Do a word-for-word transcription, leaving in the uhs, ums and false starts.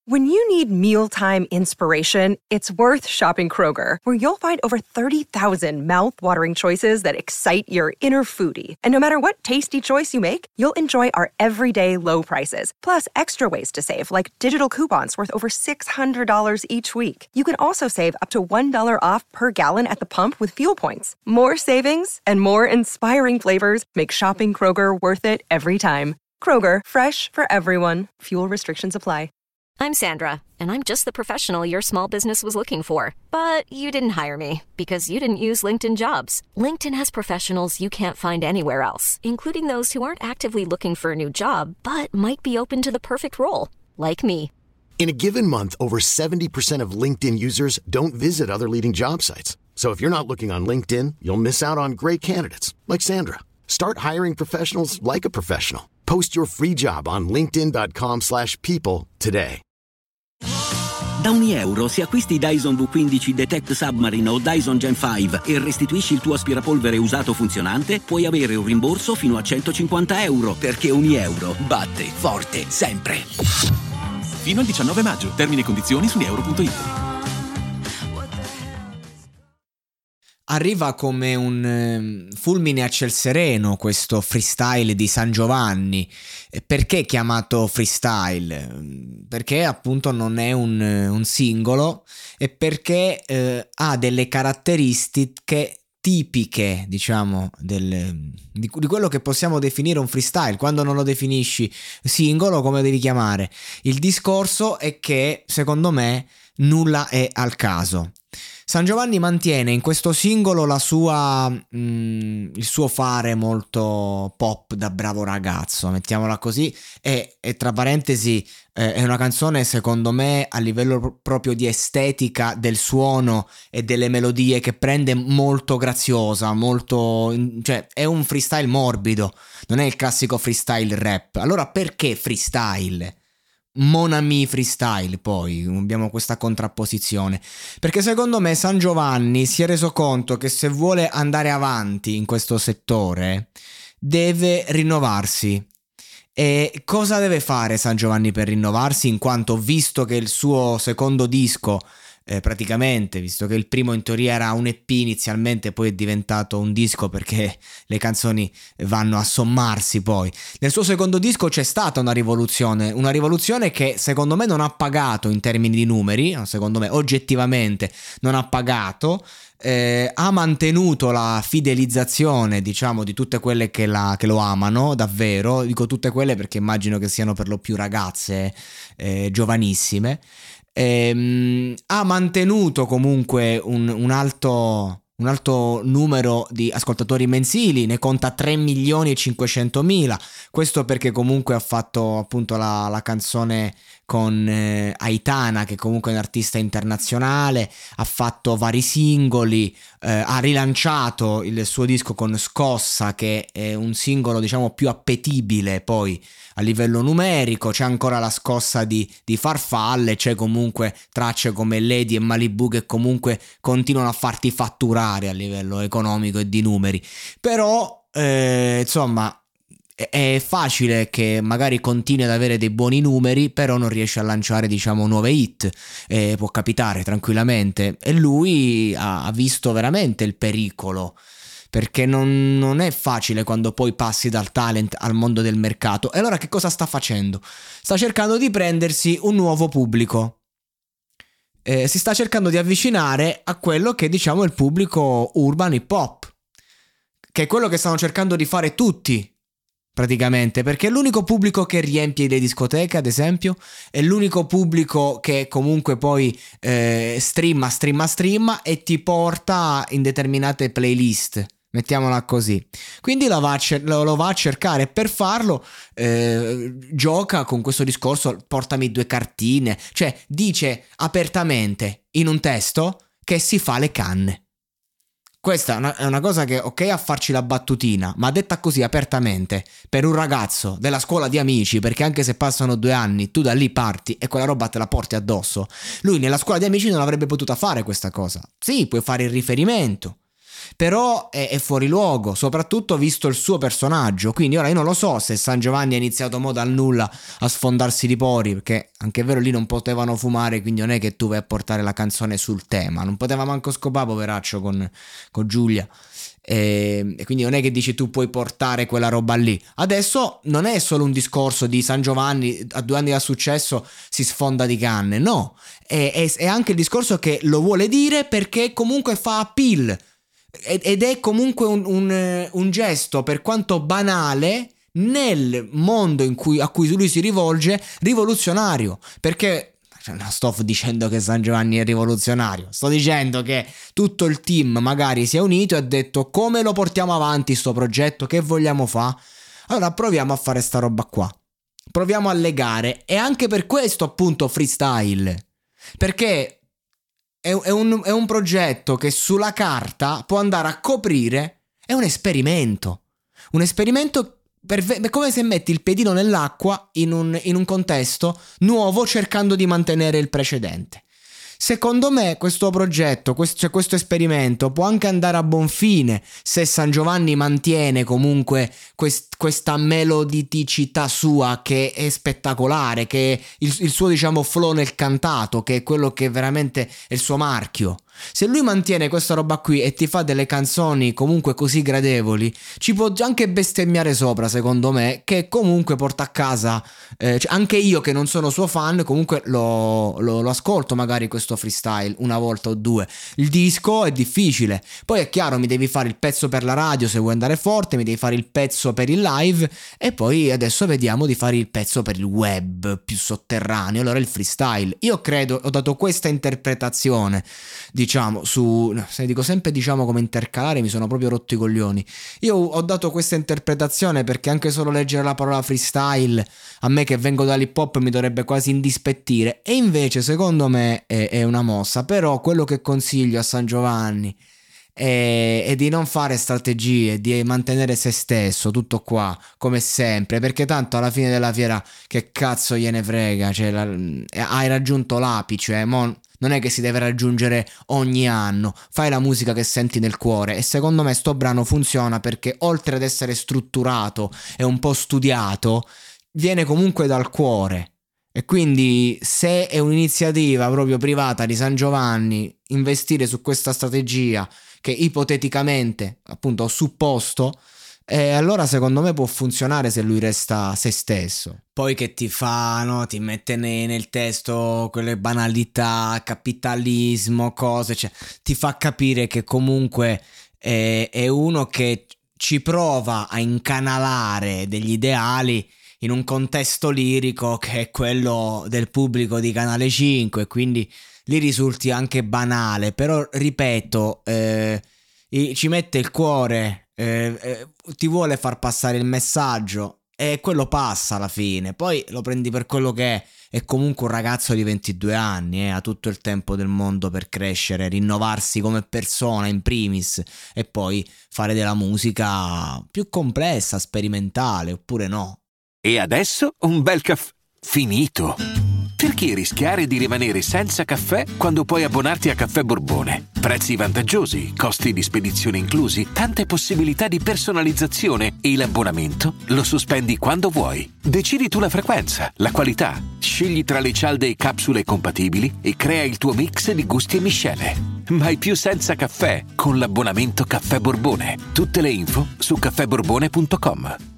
When you need mealtime inspiration, it's worth shopping Kroger, where you'll find over thirty thousand mouth-watering choices that excite your inner foodie. And no matter what tasty choice you make, you'll enjoy our everyday low prices, plus extra ways to save, like digital coupons worth over six hundred dollars each week. You can also save up to one dollar off per gallon at the pump with fuel points. More savings and more inspiring flavors make shopping Kroger worth it every time. Kroger, fresh for everyone. Fuel restrictions apply. I'm Sandra, and I'm just the professional your small business was looking for. But you didn't hire me because you didn't use LinkedIn Jobs. LinkedIn has professionals you can't find anywhere else, including those who aren't actively looking for a new job, but might be open to the perfect role, like me. In a given month, over seventy percent of LinkedIn users don't visit other leading job sites. So if you're not looking on LinkedIn, you'll miss out on great candidates, like Sandra. Start hiring professionals like a professional. Post your free job on linkedin.com slash people today. Da ogni euro, se acquisti Dyson V quindici Detect Submarine o Dyson Gen cinque e restituisci il tuo aspirapolvere usato funzionante, puoi avere un rimborso fino a centocinquanta euro, perché ogni euro batte forte sempre. Fino al diciannove maggio. Termini e condizioni su euro punto it. Arriva come un eh, fulmine a ciel sereno questo freestyle di San Giovanni. Perché è chiamato freestyle? Perché appunto non è un, un singolo e perché eh, ha delle caratteristiche tipiche, diciamo, del, di, di quello che possiamo definire un freestyle. Quando non lo definisci singolo, come lo devi chiamare? Il discorso è che, secondo me, nulla è al caso. San Giovanni mantiene in questo singolo la sua mh, il suo fare molto pop da bravo ragazzo, mettiamola così, e, e tra parentesi eh, è una canzone secondo me a livello pro- proprio di estetica del suono e delle melodie che prende molto graziosa, molto, cioè è un freestyle morbido, non è il classico freestyle rap. Allora perché freestyle? Mon ami freestyle, poi abbiamo questa contrapposizione, perché secondo me San Giovanni si è reso conto che se vuole andare avanti in questo settore deve rinnovarsi. E cosa deve fare San Giovanni per rinnovarsi, in quanto, visto che il suo secondo disco Eh, praticamente, visto che il primo in teoria era un E P inizialmente, poi è diventato un disco perché le canzoni vanno a sommarsi, poi nel suo secondo disco c'è stata una rivoluzione, una rivoluzione che secondo me non ha pagato in termini di numeri, secondo me oggettivamente non ha pagato, eh, ha mantenuto la fidelizzazione, diciamo, di tutte quelle che, la, che lo amano davvero, dico tutte quelle perché immagino che siano per lo più ragazze eh, giovanissime. Ehm, ha mantenuto comunque un, un alto un alto numero di ascoltatori mensili, ne conta tre milioni e cinquecentomila. Questo perché comunque ha fatto appunto la, la canzone con eh, Aitana, che comunque è un artista internazionale, ha fatto vari singoli, eh, ha rilanciato il suo disco con Scossa, che è un singolo diciamo più appetibile poi a livello numerico. C'è ancora la scossa di, di Farfalle, c'è comunque tracce come Lady e Malibu che comunque continuano a farti fatturare a livello economico e di numeri, però eh, insomma è, è facile che magari continui ad avere dei buoni numeri però non riesce a lanciare diciamo nuove hit, eh, può capitare tranquillamente, e lui ha, ha visto veramente il pericolo, perché non, non è facile quando poi passi dal talent al mondo del mercato. E allora che cosa sta facendo? Sta cercando di prendersi un nuovo pubblico. Eh, si sta cercando di avvicinare a quello che diciamo è il pubblico urban hip hop, che è quello che stanno cercando di fare tutti praticamente, perché è l'unico pubblico che riempie le discoteche, ad esempio, è l'unico pubblico che comunque poi eh, streama, streama, streama e ti porta in determinate playlist, mettiamola così. Quindi lo va a, cer- lo va a cercare, e per farlo eh, gioca con questo discorso portami due cartine, cioè dice apertamente in un testo che si fa le canne. Questa è una, è una cosa che ok a farci la battutina, ma detta così apertamente per un ragazzo della scuola di amici, perché anche se passano due anni tu da lì parti e quella roba te la porti addosso, lui nella scuola di amici non avrebbe potuta fare questa cosa. Sì, puoi fare il riferimento, però è, è fuori luogo, soprattutto visto il suo personaggio. Quindi ora io non lo so se San Giovanni ha iniziato mo dal nulla a sfondarsi di pori, perché anche è vero, lì non potevano fumare, quindi non è che tu vai a portare la canzone sul tema, non poteva manco scopare, poveraccio, con, con Giulia. E, e quindi non è che dici tu puoi portare quella roba lì. Adesso non è solo un discorso di San Giovanni a due anni da successo si sfonda di canne, no, è, è, è anche il discorso che lo vuole dire perché comunque fa appeal ed è comunque un, un, un gesto, per quanto banale, nel mondo in cui, a cui lui si rivolge, rivoluzionario. Perché non sto dicendo che San Giovanni è rivoluzionario, sto dicendo che tutto il team magari si è unito e ha detto: come lo portiamo avanti sto progetto, che vogliamo fare? Allora proviamo a fare sta roba qua, proviamo a legare. E anche per questo appunto freestyle, perché è, è, un, è un progetto che sulla carta può andare a coprire, è un esperimento, un esperimento Per, è come se metti il piedino nell'acqua in un, in un contesto nuovo cercando di mantenere il precedente. Secondo me questo progetto, questo, cioè questo esperimento può anche andare a buon fine se San Giovanni mantiene comunque quest, questa meloditicità sua che è spettacolare, che è il, il suo diciamo flow nel cantato, che è quello che veramente è il suo marchio. Se lui mantiene questa roba qui e ti fa delle canzoni comunque così gradevoli, ci può anche bestemmiare sopra, secondo me, che comunque porta a casa, eh, cioè anche io che non sono suo fan comunque lo, lo, lo ascolto magari questo freestyle una volta o due. Il disco è difficile, poi è chiaro, mi devi fare il pezzo per la radio se vuoi andare forte, mi devi fare il pezzo per il live e poi adesso vediamo di fare il pezzo per il web più sotterraneo, allora il freestyle. Io credo, ho dato questa interpretazione diciamo su, se dico sempre diciamo come intercalare mi sono proprio rotto i coglioni. Io ho dato questa interpretazione perché anche solo leggere la parola freestyle a me che vengo dall'hip hop mi dovrebbe quasi indispettire, e invece secondo me è, è una mossa. Però quello che consiglio a San Giovanni è, è di non fare strategie, di mantenere se stesso, tutto qua come sempre, perché tanto alla fine della fiera che cazzo gliene frega, cioè la, hai raggiunto l'apice, eh, mo non è che si deve raggiungere ogni anno, fai la musica che senti nel cuore. E secondo me sto brano funziona perché oltre ad essere strutturato e un po' studiato, viene comunque dal cuore. E quindi se è un'iniziativa proprio privata di San Giovanni investire su questa strategia che ipoteticamente appunto ho supposto, e allora secondo me può funzionare se lui resta se stesso. Poi che ti fa, no? Ti mette ne, nel testo quelle banalità, capitalismo, cose, cioè ti fa capire che comunque è, è uno che ci prova a incanalare degli ideali in un contesto lirico che è quello del pubblico di Canale cinque, quindi lì risulti anche banale, però ripeto, eh, ci mette il cuore. Eh, eh, ti vuole far passare il messaggio e quello passa alla fine. Poi lo prendi per quello che è, è comunque un ragazzo di ventidue anni, eh, ha tutto il tempo del mondo per crescere, rinnovarsi come persona in primis e poi fare della musica più complessa, sperimentale, oppure no. E adesso un bel caffè finito. Perché rischiare di rimanere senza caffè quando puoi abbonarti a Caffè Borbone? Prezzi vantaggiosi, costi di spedizione inclusi, tante possibilità di personalizzazione e l'abbonamento lo sospendi quando vuoi. Decidi tu la frequenza, la qualità, scegli tra le cialde e capsule compatibili e crea il tuo mix di gusti e miscele. Mai più senza caffè con l'abbonamento Caffè Borbone. Tutte le info su caffè borbone punto com.